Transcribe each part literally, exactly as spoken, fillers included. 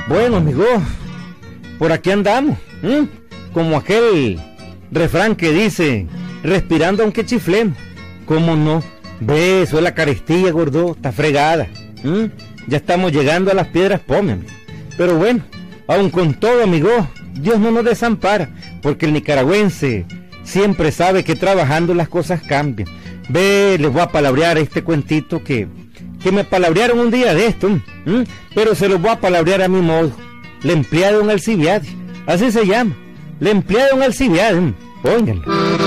Bueno, amigo, por aquí andamos, ¿eh? Como aquel refrán que dice, respirando aunque chiflemos. ¿Cómo no? Ve, eso es la carestía, gordo, está fregada. ¿eh? Ya estamos llegando a las piedras pómez. Pero bueno, aun con todo, amigo, Dios no nos desampara, porque el nicaragüense siempre sabe que trabajando las cosas cambian. Ve, les voy a palabrear este cuentito que, que me palabrearon un día de esto, ¿m? pero se los voy a palabrear a mi modo. La empleada en Alcibiades, así se llama, la empleada en Alcibiades, óiganlo.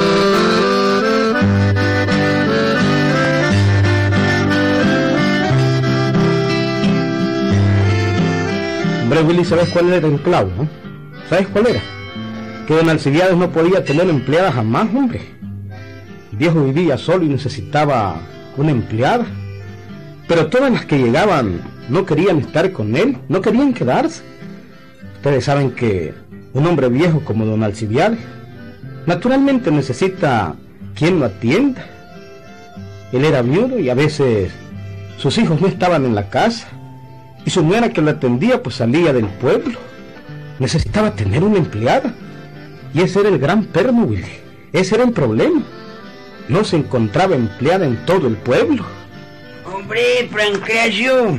Hombre, Willy, ¿sabes cuál era el clavo? ¿no? ¿Sabes cuál era? Que don Alcibiades no podía tener empleada jamás, hombre. El viejo vivía solo y necesitaba una empleada. Pero todas las que llegaban no querían estar con él, no querían quedarse. Ustedes saben que un hombre viejo como don Alcibiades naturalmente necesita quien lo atienda. Él era viudo y a veces sus hijos no estaban en la casa. Y su nuera que lo atendía pues salía del pueblo. Necesitaba tener una empleada. Y ese era el gran perno, Willy. Ese era el problema. No se encontraba empleada en todo el pueblo. Hombre, Pancracio,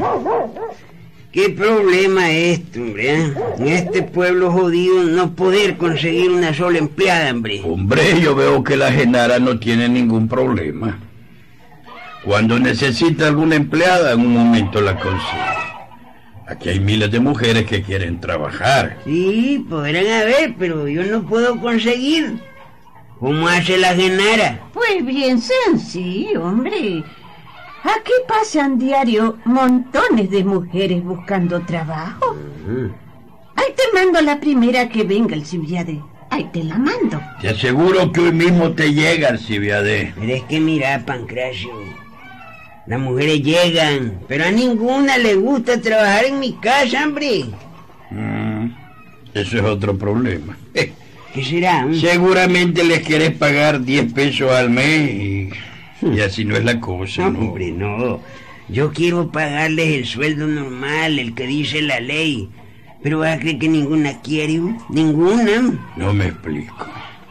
qué problema es esto, hombre, ¿eh? En este pueblo jodido no poder conseguir una sola empleada, hombre. Hombre, yo veo que la Genara no tiene ningún problema. Cuando necesita alguna empleada, en un momento la consigue. Aquí hay miles de mujeres que quieren trabajar. Sí, podrán haber, pero yo no puedo conseguir. ¿Cómo hace la Genara? Pues bien sencillo, hombre. Aquí pasan diario montones de mujeres buscando trabajo. Uh-huh. Ahí te mando la primera que venga, Alcibiades. Ahí te la mando. Te aseguro que hoy mismo te llega, Alcibiades. Pero es que mira, Pancracio, las mujeres llegan, pero a ninguna le gusta trabajar en mi casa, hombre. Mm, eso es otro problema. ¿Qué será? Seguramente les querés pagar diez pesos al mes y, y así no es la cosa, no, ¿no? Hombre, no. Yo quiero pagarles el sueldo normal, el que dice la ley. Pero vas a creer que ninguna quiere, ninguna. No me explico.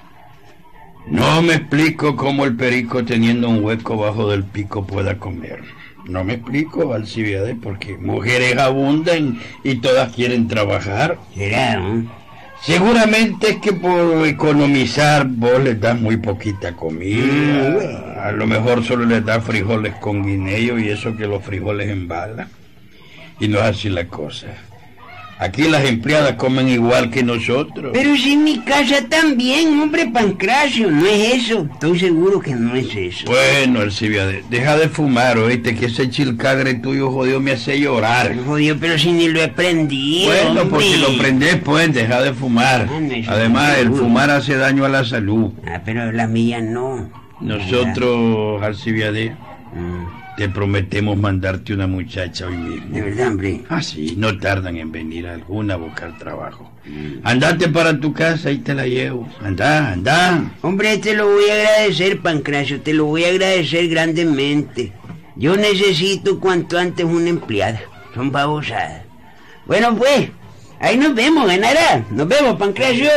No me explico cómo el perico teniendo un hueco bajo del pico pueda comer. No me explico, Alcibiades, porque mujeres abundan y todas quieren trabajar. ¿Será, no? Seguramente es que por economizar vos les das muy poquita comida. Mm. A lo mejor solo les das frijoles con guineo y eso que los frijoles embalan. Y no es así la cosa. Aquí las empleadas comen igual que nosotros. Pero si en mi casa también, hombre, Pancracio, no es eso. Estoy seguro que no es eso. Bueno, Alcibiades, deja de fumar, oíste, que ese chilcagre tuyo, jodido, me hace llorar. Jodido, pero si ni lo he prendido, Bueno, hombre. pues si lo prendes, pues, deja de fumar. Ah, no, Además, el fumar hace daño a la salud. Ah, pero la mía no. Nosotros, Alcibiades, Mm. te prometemos mandarte una muchacha hoy mismo. ¿De verdad, hombre? Ah, sí, no tardan en venir alguna a buscar trabajo. Mm. Andate para tu casa y te la llevo. Anda, anda. Hombre, te lo voy a agradecer, Pancracio, te lo voy a agradecer grandemente. Yo necesito cuanto antes una empleada. Son babosadas. Bueno, pues, ahí nos vemos, Genara. Nos vemos, Pancracio.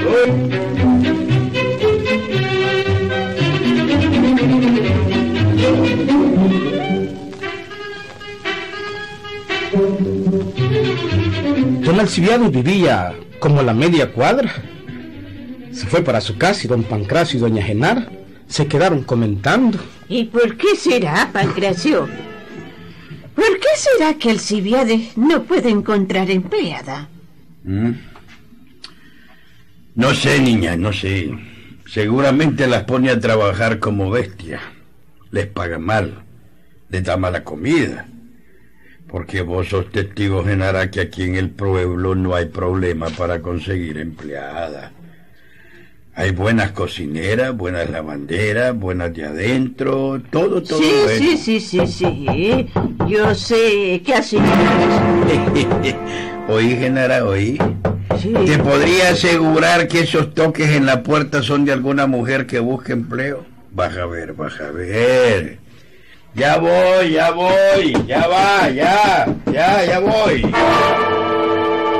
Don Alcibiades vivía como a la media cuadra. Se fue para su casa y don Pancracio y doña Genara se quedaron comentando. ¿Y por qué será, Pancracio? ¿Por qué será que Alcibiades no puede encontrar empleada? ¿Mm? No sé, niña, no sé. Seguramente las pone a trabajar como bestias. Les paga mal. Les da mala comida. Porque vos sos testigo, Genara, que aquí en el pueblo no hay problema para conseguir empleadas. Hay buenas cocineras, buenas lavanderas, buenas de adentro, todo, todo sí, bueno. Sí, sí, sí, sí, yo sé que así... Oí, Genara, oí. Sí. ¿Te podría asegurar que esos toques en la puerta son de alguna mujer que busca empleo? Vas a ver, vas a ver. Ya voy, ya voy, ya va, ya, ya, ya voy.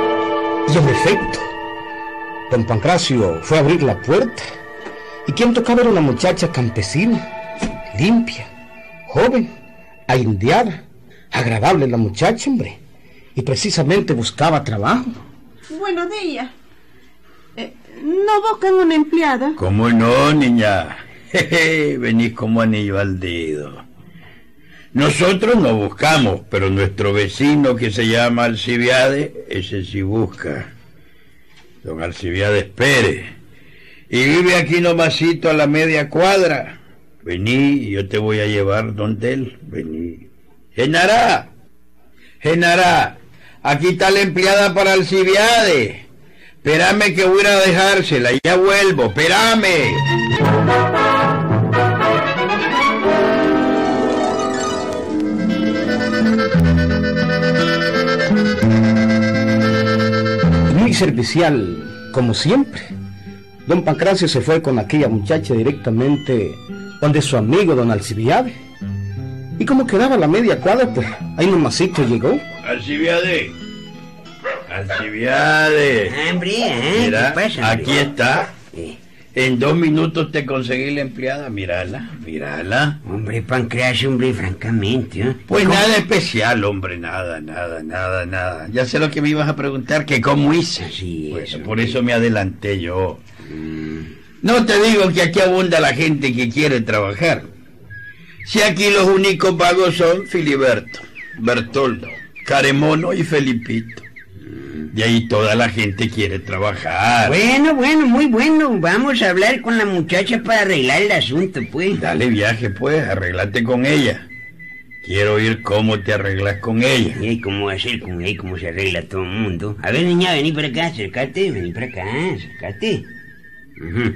Y en efecto, don Pancracio fue a abrir la puerta, y quien tocaba era una muchacha campesina, limpia, joven, ahindiada, agradable la muchacha, hombre, y precisamente buscaba trabajo. Buenos días. Eh, ¿No buscan una empleada? ¿Cómo no, niña? Jeje, venís como anillo al dedo. Nosotros no buscamos, pero nuestro vecino que se llama Alcibiades, ese sí busca. Don Alcibiades Pérez. Y vive aquí nomasito a la media cuadra. Vení, yo te voy a llevar donde él. Vení. Genará, Genará, aquí está la empleada para Alcibiades. Espérame que voy a dejársela, ya vuelvo, espérame. Muy servicial, como siempre, don Pancracio se fue con aquella muchacha directamente donde su amigo don Alcibiades. Y como quedaba a la media cuadra, pues ahí nomasito llegó. Alcibiades, Alcibiades. Hombre, ¿eh? Mira, ¿Qué pasa, hombre? aquí está. Eh, En dos minutos te conseguí la empleada, mírala, mírala. Hombre, Pancracio, hombre, francamente, ¿eh? Pues nada especial, hombre, nada, nada, nada, nada. Ya sé lo que me ibas a preguntar, que cómo hice. Así Bueno, es, por hombre. eso me adelanté yo. No te digo que aquí abunda la gente que quiere trabajar. Si aquí los únicos vagos son Filiberto, Bertoldo, Caremono y Felipito. Y ahí toda la gente quiere trabajar. Bueno, bueno, muy bueno. Vamos a hablar con la muchacha para arreglar el asunto, pues. Dale viaje, pues, arreglate con ella. Quiero oír cómo te arreglas con ella. ¿Y cómo va a ser con él? ¿Cómo se arregla todo el mundo? A ver, niña, vení para acá, acércate, vení para acá, acércate. Ujú.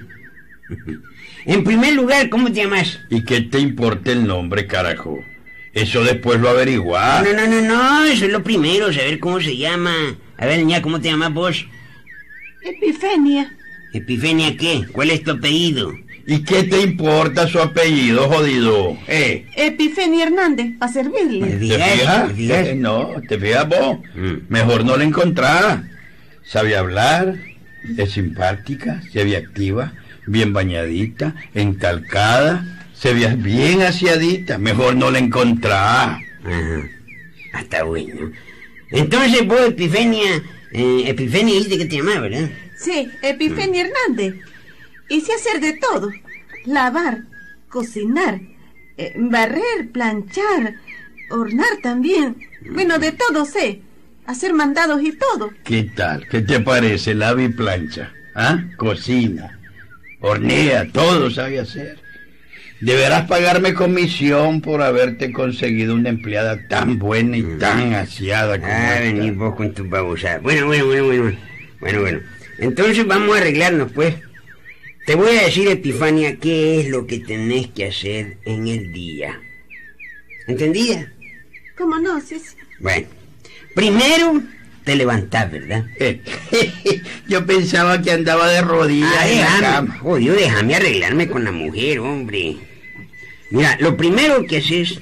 En primer lugar, ¿cómo te llamas? ¿Y qué te importa el nombre, carajo? Eso después lo averiguás. No, no, no, no, eso es lo primero, saber cómo se llama. A ver, niña, ¿cómo te llamas vos? Epifenia. ¿Epifenia qué? ¿Cuál es tu apellido? ¿Y qué te importa su apellido, jodido? ¿Eh? Epifenia Hernández, para servirle. ¿Te ¿Te fijas? fijas? ¿Te fijas? Eh, No, ¿te fijas vos? Mm. Mejor no la encontrás. Sabe hablar, es simpática, se ve activa, bien bañadita, encalcada, se ve bien aseadita. Mejor no la encontrás. Ajá. Hasta bueno. Entonces vos, Epifenia, eh, Epifenia dijiste que te llamabas, ¿verdad? Sí, Epifenia Hernández. Y sé hacer de todo. Lavar, cocinar, eh, barrer, planchar, hornar también. Bueno, de todo sé. Hacer mandados y todo. ¿Qué tal? ¿Qué te parece? Lava y plancha. ¿Ah? Cocina, hornea, todo sabe hacer. Deberás pagarme comisión por haberte conseguido una empleada tan buena y tan aseada como Ah, esta. venís vos con tus babosadas. Bueno, bueno, bueno, bueno. Bueno, bueno. Entonces vamos a arreglarnos, pues. Te voy a decir, Epifania, qué es lo que tenés que hacer en el día. ¿Entendida? ¿Cómo no? Sí, sí. Bueno. Primero, te levantás, ¿verdad? Eh, Yo pensaba que andaba de rodillas Ah, en la déjame, cama. jodido, déjame arreglarme con la mujer, hombre. Mira, lo primero que haces,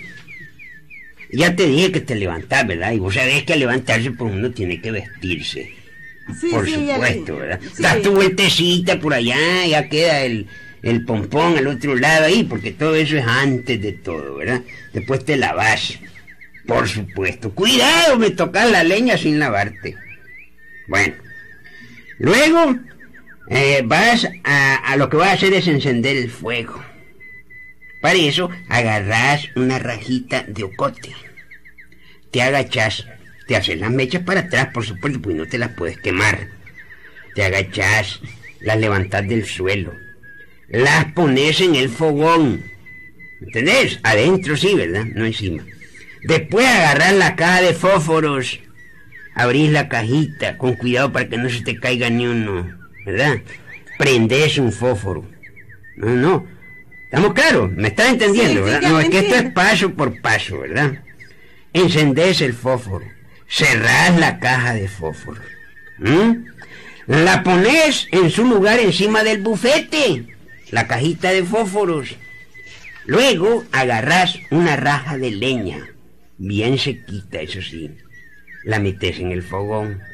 ya te dije que te levantás, ¿verdad? Y vos sabés que al levantarse, pues uno tiene que vestirse. Sí, Por sí, ya supuesto, vi. ¿verdad? Sí. Das tu vueltecita por allá, ya queda el, el pompón al otro lado ahí, porque todo eso es antes de todo, ¿verdad? Después te lavas, por supuesto. Cuidado, me tocas la leña sin lavarte. Bueno, luego eh, vas a, a lo que vas a hacer es encender el fuego. Para eso agarrás una rajita de ocote, te agachás, te haces las mechas para atrás, por supuesto, pues no te las puedes quemar. Te agachás, las levantás del suelo, las pones en el fogón, ¿entendés? Adentro sí, ¿verdad? No encima. Después agarrás la caja de fósforos, abrís la cajita, con cuidado para que no se te caiga ni uno, ¿verdad? Prendés un fósforo. No, no. ¿Estamos claros? ¿Me estás entendiendo, Sí, sí, verdad? ya No, te es que esto es entiendo. paso por paso, ¿verdad? Encendés el fósforo, cerrás la caja de fósforo, ¿m? La pones en su lugar encima del bufete, la cajita de fósforos. Luego agarrás una raja de leña, bien sequita, eso sí, la metes en el fogón,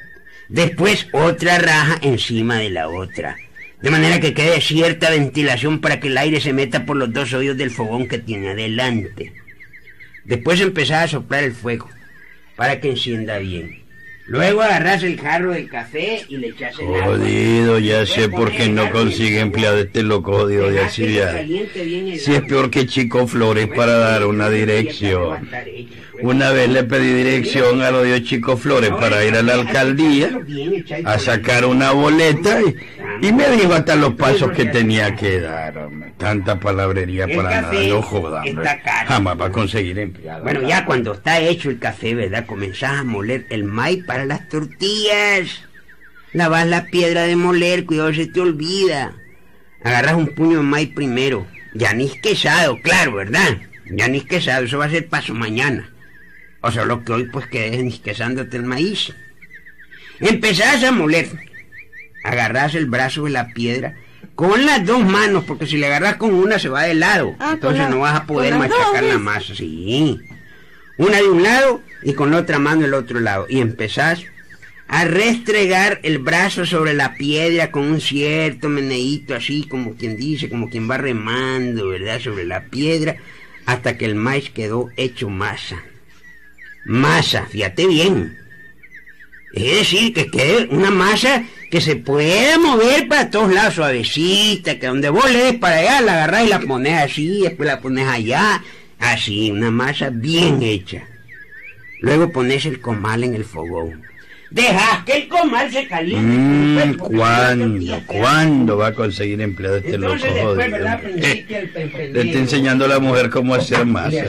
Después otra raja encima de la otra, de manera que quede cierta ventilación para que el aire se meta por los dos hoyos del fogón que tiene adelante. Después empezás a soplar el fuego para que encienda bien. Luego agarrás el jarro del café y le echas el agua. Jodido, ya sé por qué no consigue empleado este loco jodido de Alcibiades. Si es peor que Chico Flores para dar una dirección. Una vez le pedí dirección a lo de Chico Flores para ir a la alcaldía a sacar una boleta y, y me dijo hasta los pasos que tenía que dar. Hombre. Tanta palabrería para nada, no jodas. Jamás va a conseguir empleado. Bueno, ya cuando está hecho el café, ¿verdad? Comenzás a moler el maíz para las tortillas. Lavas la piedra de moler, cuidado, se te olvida. Agarras un puño de maíz primero. Ya ni es quesado, claro, ¿verdad? Ya ni es quesado, eso va a ser paso mañana. O sea, lo que hoy pues quedes nisquezándote el maíz. Empezás a moler. Agarrás el brazo de la piedra con las dos manos, porque si le agarras con una se va de lado. Ah, entonces la, no vas a poder machacar la masa. Sí. Una de un lado y con la otra mano el otro lado. Y empezás a restregar el brazo sobre la piedra con un cierto meneíto así, como quien dice, como quien va remando, ¿verdad? Sobre la piedra, hasta que el maíz quedó hecho masa. Masa, fíjate bien. Es decir, que quede una masa que se pueda mover para todos lados, suavecita, que donde vos le des para allá, la agarrás y la pones así, después la pones allá, así, una masa bien hecha. Luego pones el comal en el fogón. Dejas que el comal se caliente. Mm, ¿Cuándo? ¿Cuándo va a conseguir empleado este loco jodido? Eh, le está enseñando a la mujer cómo hacer masa.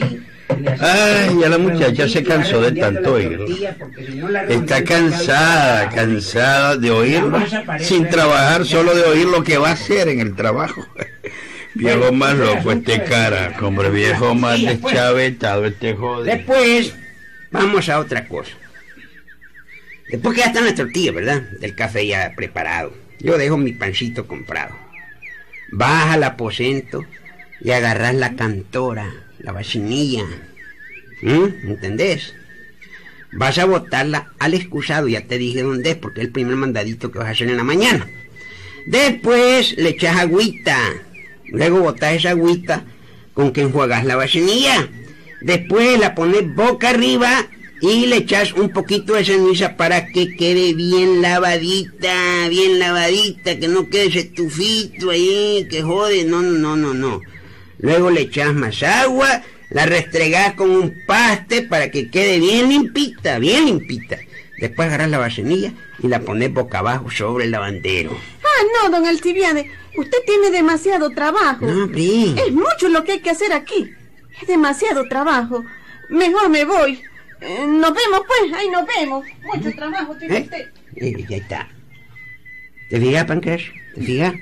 Ay, ya la muchacha se cansó de tanto oírlo. Está cansada, cansada de oírlo, sin trabajar, solo de oír lo que va a hacer en el trabajo. Viejo más loco este cara, hombre, viejo más deschavetado este jodido. Después, vamos a otra cosa. Después que ya están las tortillas, ¿verdad? Del café ya preparado. Yo dejo mi pancito comprado. Vas al aposento y agarras la cantora, la vacinilla. ¿Mm? ¿Entendés? Vas a botarla al excusado, ya te dije dónde es, porque es el primer mandadito que vas a hacer en la mañana. Después le echas agüita. Luego botas esa agüita con que enjuagas la vacinilla. Después la pones boca arriba y le echas un poquito de ceniza para que quede bien lavadita, bien lavadita, que no quede ese estufito ahí, que jode, no, no, no, no. Luego le echas más agua, la restregás con un paste para que quede bien limpita, bien limpita. Después agarras la vacinilla y la pones boca abajo sobre el lavandero. Ah, no, don Alcibiades, usted tiene demasiado trabajo. No, hombre. Es mucho lo que hay que hacer aquí. Es demasiado trabajo. Mejor me voy. Eh, nos vemos pues, ahí nos vemos. Mucho trabajo tiene ¿Eh? usted. Eh, ya está. ¿Te fijas, Pancras? ¿Te fijas?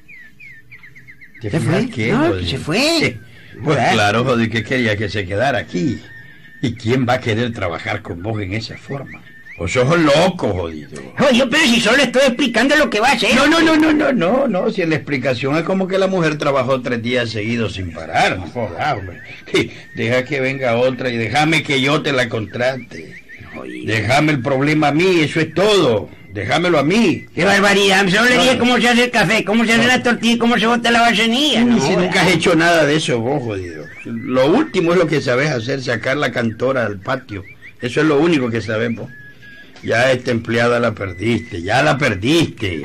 ¿Te ¿Se fue? qué, No, jodido? se fue. Pues ¿verdad? claro, jodido, que quería que se quedara aquí. ¿Y quién va a querer trabajar con vos en esa forma? Vos sos loco, jodido. Oye, pero si solo estoy explicando lo que va a hacer. No, no, no, no, no, no, no, si en la explicación es como que la mujer trabajó tres días seguidos sin parar, no jodas, hombre. Sí, deja que venga otra y déjame que yo te la contrate. Oye. Déjame el problema a mí, eso es todo. Déjamelo a mí. ¡Qué barbaridad! Solo le No, dije no. cómo se hace el café, cómo se hace No. la tortilla y cómo se bota la vacinilla. Y No, si nunca has hecho nada de eso vos, jodido. Lo último es lo que sabes hacer, sacar la cantora al patio. Eso es lo único que sabemos. Ya esta empleada la perdiste, ya la perdiste.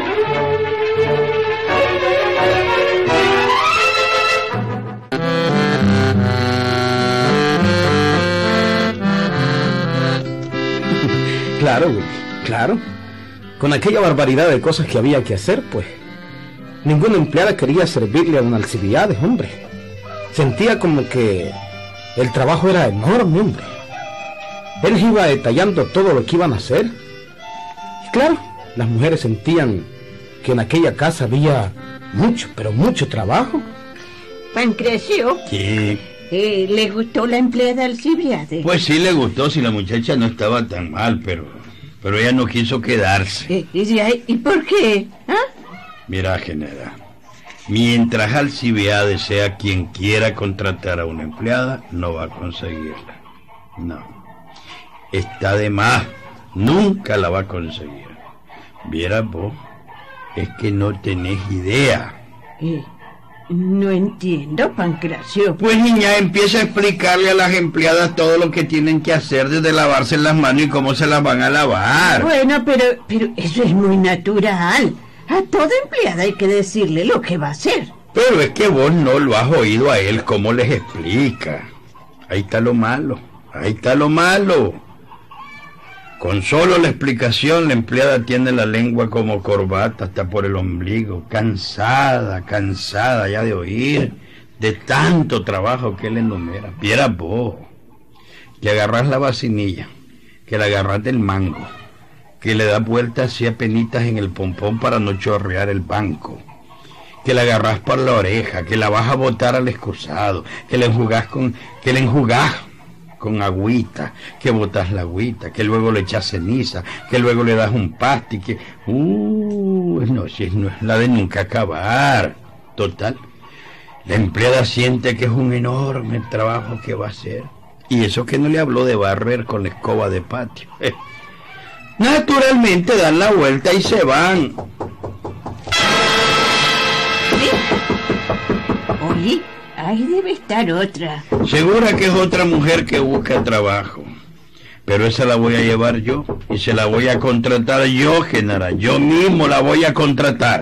Claro, güey, claro. Con aquella barbaridad de cosas que había que hacer, pues, ninguna empleada quería servirle a don Alcibiades, hombre. Sentía como que el trabajo era enorme, hombre. Él iba detallando todo lo que iban a hacer. Y claro, las mujeres sentían que en aquella casa había mucho, pero mucho trabajo. Pancracio, Sí. eh, ¿le gustó la empleada Alcibiades? Pues sí le gustó si la muchacha no estaba tan mal, pero pero ella no quiso quedarse. Eh, ¿Y, y por qué? ¿Ah? Mira, Genera, mientras Alcibiades sea quien quiera contratar a una empleada, no va a conseguirla. No. Está de más. Nunca la va a conseguir. Vieras vos, es que no tenés idea. Eh, no entiendo, Pancracio. Pues niña, empieza a explicarle a las empleadas todo lo que tienen que hacer, desde lavarse las manos y cómo se las van a lavar. Bueno, pero, pero eso es muy natural. A toda empleada hay que decirle lo que va a hacer. Pero es que vos no lo has oído a él cómo les explica. Ahí está lo malo, ahí está lo malo. Con solo la explicación, la empleada tiene la lengua como corbata hasta por el ombligo, cansada, cansada ya de oír, de tanto trabajo que él enumera. Vieras vos, que agarrás la vacinilla, que la agarrás del mango, que le das vueltas así a penitas en el pompón para no chorrear el banco, que la agarrás por la oreja, que la vas a botar al excusado, que la enjugás con, que la enjugás con agüita, que botas la agüita, que luego le echas ceniza, que luego le das un pasti, que... Uh, no, si no es la de nunca acabar. Total, la empleada siente que es un enorme trabajo que va a hacer. Y eso que no le habló de barrer con la escoba de patio. Eh. Naturalmente dan la vuelta y se van. Oye, ahí debe estar otra. Segura que es otra mujer que busca trabajo. Pero esa la voy a llevar yo y se la voy a contratar yo, Genara. Yo mismo la voy a contratar.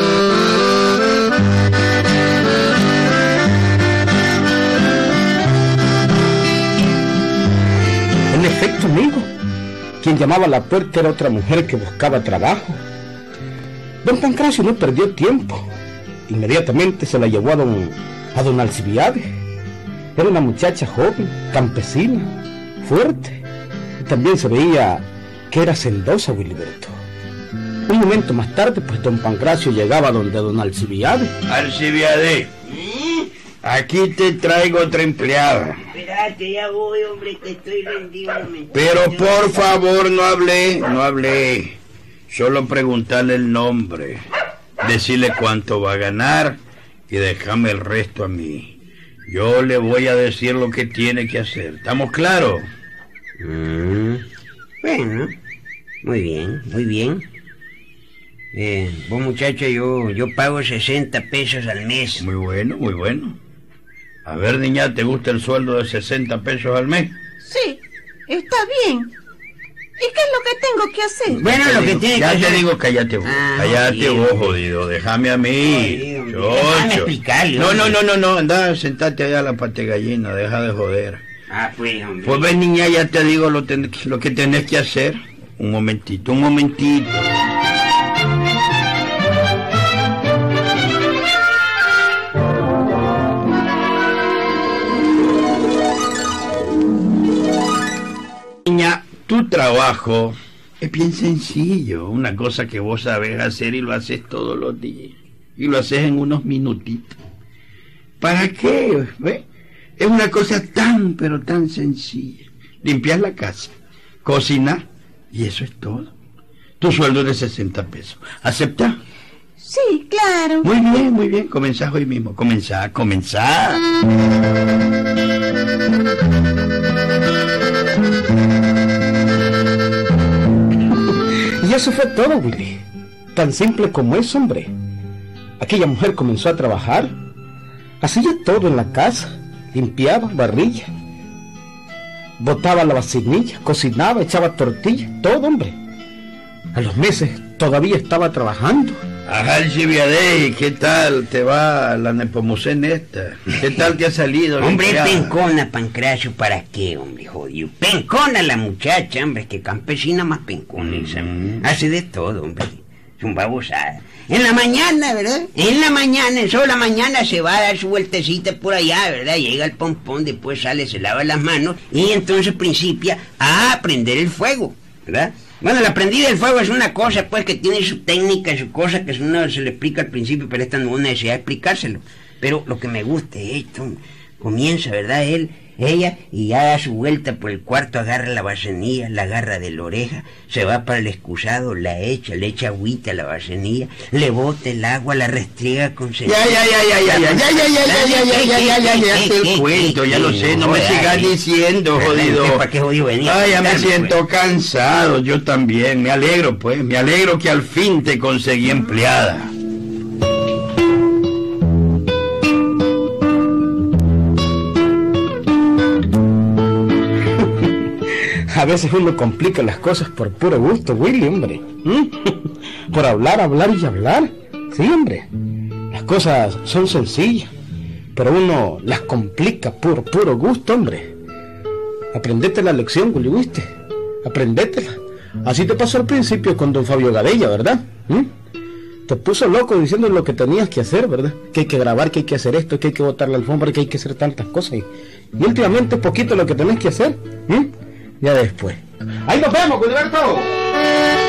En efecto, amigo, quien llamaba a la puerta era otra mujer que buscaba trabajo. Don Pancracio no perdió tiempo. Inmediatamente se la llevó a don, a don Alcibiades. Era una muchacha joven, campesina, fuerte. Y también se veía que era sendosa, Wiliberto. Un momento más tarde, pues don Pancracio llegaba donde don Alcibiades. Alcibiades, aquí te traigo otra empleada. Espérate, ya voy, hombre, que estoy rendido un momento. Pero por favor, no hablé, no hablé. Solo preguntarle el nombre, decirle cuánto va a ganar y déjame el resto a mí. Yo le voy a decir lo que tiene que hacer. ¿Estamos claros? Mm, bueno, muy bien, muy bien. Eh, vos muchacho, yo, yo pago sesenta pesos al mes. Muy bueno, muy bueno. A ver, niña, ¿te gusta el sueldo de sesenta pesos al mes? Sí, está bien. ¿Y qué es lo que tengo que hacer? Bueno, Ya lo te que digo, tiene ya que te hacer... digo, cállate vos, Ah, cállate jodido. vos, jodido, déjame a mí, Jodido, hombre. chocho. Déjame explicarle, No, no, hombre. no, no, no, anda, sentate allá a la pate gallina, deja de joder. Ah, pues, hombre. Pues ven, niña, ya te digo lo, ten- lo que tenés que hacer. Un momentito, un momentito. Niña, tu trabajo es bien sencillo, una cosa que vos sabés hacer y lo haces todos los días. Y lo haces en unos minutitos. ¿Para qué? ¿Ve? Es una cosa tan, pero tan sencilla. Limpiar la casa, cocinar, y eso es todo. Tu sueldo es de sesenta pesos. ¿Acepta? Sí, claro. Muy bien, muy bien. Comenzá hoy mismo. Comenzá, comenzá. Y eso fue todo, Willy. Tan simple como es, hombre. Aquella mujer comenzó a trabajar. Hacía todo en la casa. Limpiaba, barrilla, botaba la vacinilla, cocinaba, echaba tortilla, todo, hombre. A los meses todavía estaba trabajando. Ajá, Alcibiades, ¿qué tal te va la Nepomucén esta? ¿Qué tal te ha salido? Hombre, limpiada? pencona, Pancracio, ¿para qué, hombre, jodido? Pencona la muchacha, hombre, es que campesina más pencona esa. Mm. Hace de todo, hombre. Es un babosada. En la mañana, ¿verdad? En la mañana, en sola mañana se va a dar su vueltecita por allá, ¿verdad? Llega al pompón, después sale, se lava las manos y entonces principia a prender el fuego, ¿verdad? Bueno, la prendida del fuego es una cosa, pues, que tiene su técnica, su cosa, que uno se le explica al principio, pero esta no hubo necesidad de explicárselo. Pero lo que me gusta es esto, comienza, ¿verdad? Él Ella, y ya da su vuelta por el cuarto, agarra la vasenilla, la agarra de la oreja, se va para el excusado, la echa, le echa agüita a la vasenilla, le bota el agua, la restriega con Ya, ya, ya, ya, ya, ya, ya, ya, ya, ya, ya, ya, ya, ya, ya, ya, ¿Qué, el qué, cuento, qué, ya qué? lo sé, no me Joder, sigas ¿qué? diciendo, jodido. ¿Para qué jodido venía? Ay, ya me Dame, siento pues. cansado, yo también, me alegro, pues, me alegro que al fin te conseguí empleada. A veces uno complica las cosas por puro gusto, Willy, hombre. ¿Mm? Por hablar, hablar y hablar. Sí, hombre. Las cosas son sencillas, pero uno las complica por puro gusto, hombre. Aprendete la lección, Willy, ¿viste? Aprendétela. Así te pasó al principio con don Fabio Gadella, ¿verdad? ¿Mm? Te puso loco diciendo lo que tenías que hacer, ¿verdad? Que hay que grabar, que hay que hacer esto, que hay que botar la alfombra, que hay que hacer tantas cosas. Y, y últimamente es poquito lo que tenés que hacer. ¿Mm? Ya después. ¡Ahí nos vemos, Gilberto!